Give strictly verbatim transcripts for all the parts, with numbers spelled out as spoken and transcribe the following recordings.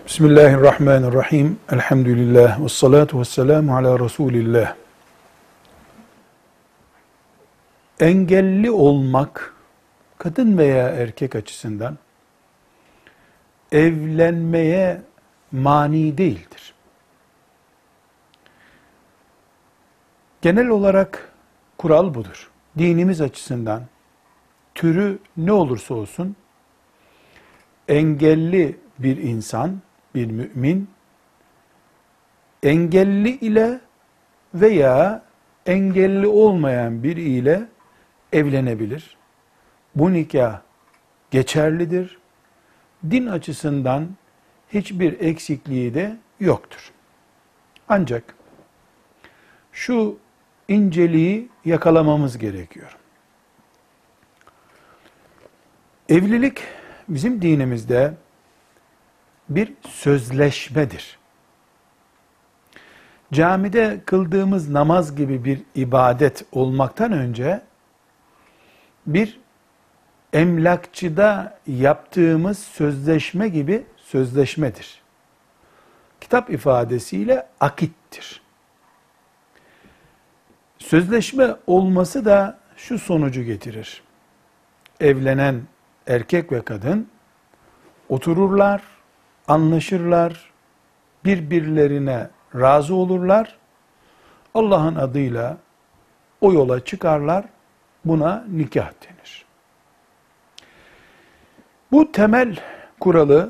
Bismillahirrahmanirrahim. Elhamdülillah. Ve salatu ve selamu ala Resulillah. Engelli olmak, kadın veya erkek açısından evlenmeye mani değildir. Genel olarak kural budur. Dinimiz açısından türü ne olursa olsun engelli bir insan, bir mümin, engelli ile veya engelli olmayan biri ile evlenebilir. Bu nikah geçerlidir. Din açısından hiçbir eksikliği de yoktur. Ancak şu inceliği yakalamamız gerekiyor. Evlilik bizim dinimizde bir sözleşmedir. Camide kıldığımız namaz gibi bir ibadet olmaktan önce bir emlakçıda yaptığımız sözleşme gibi sözleşmedir. Kitap ifadesiyle akittir. Sözleşme olması da şu sonucu getirir. Evlenen erkek ve kadın otururlar, anlaşırlar, birbirlerine razı olurlar, Allah'ın adıyla o yola çıkarlar, buna nikah denir. Bu temel kuralı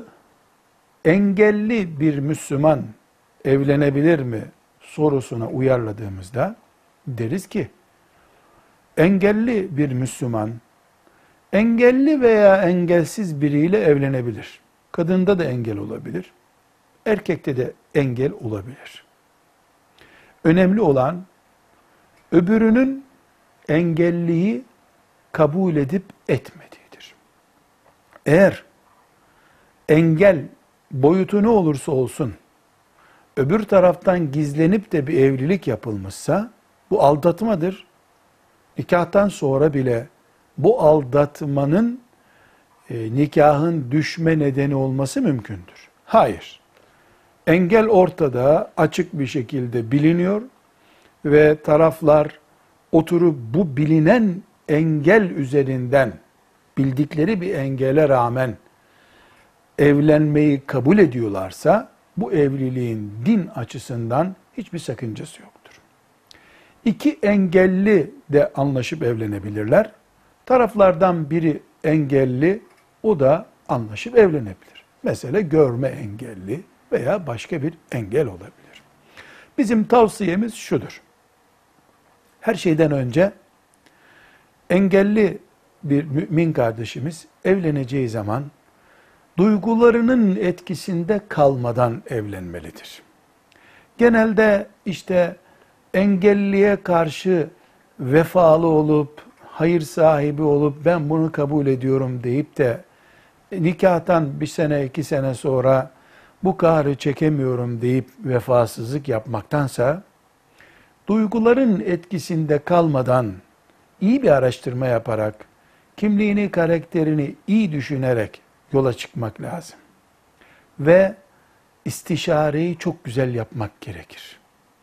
engelli bir Müslüman evlenebilir mi sorusuna uyarladığımızda deriz ki, engelli bir Müslüman, engelli veya engelsiz biriyle evlenebilir. Kadında da engel olabilir, erkekte de engel olabilir. Önemli olan, öbürünün engelliyi kabul edip etmediğidir. Eğer engel boyutu ne olursa olsun, öbür taraftan gizlenip de bir evlilik yapılmışsa, bu aldatmadır. Nikahtan sonra bile bu aldatmanın e, nikahın düşme nedeni olması mümkündür. Hayır. Engel ortada, açık bir şekilde biliniyor ve taraflar oturup bu bilinen engel üzerinden, bildikleri bir engele rağmen evlenmeyi kabul ediyorlarsa, bu evliliğin din açısından hiçbir sakıncası yoktur. İki engelli de anlaşıp evlenebilirler. Taraflardan biri engelli, o da anlaşıp evlenebilir. Mesela görme engelli veya başka bir engel olabilir. Bizim tavsiyemiz şudur. Her şeyden önce engelli bir mümin kardeşimiz evleneceği zaman duygularının etkisinde kalmadan evlenmelidir. Genelde işte engelliye karşı vefalı olup, hayır sahibi olup ben bunu kabul ediyorum deyip de nikahtan bir sene iki sene sonra bu kahrı çekemiyorum deyip vefasızlık yapmaktansa duyguların etkisinde kalmadan iyi bir araştırma yaparak kimliğini, karakterini iyi düşünerek yola çıkmak lazım. Ve istişareyi çok güzel yapmak gerekir.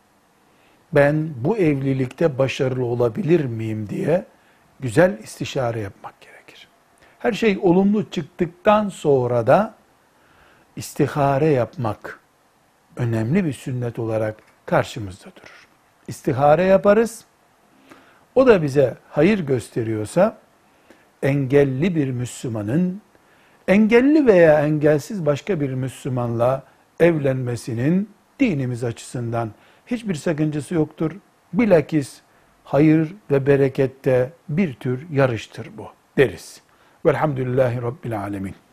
Ben bu evlilikte başarılı olabilir miyim diye güzel istişare yapmak gerekir. Her şey olumlu çıktıktan sonra da istihare yapmak önemli bir sünnet olarak karşımızda durur. İstihare yaparız. O da bize hayır gösteriyorsa engelli bir Müslümanın engelli veya engelsiz başka bir Müslümanla evlenmesinin dinimiz açısından hiçbir sakıncası yoktur. Bilakis hayır ve berekette bir tür yarıştır bu deriz. Velhamdülillahi Rabbil alemin.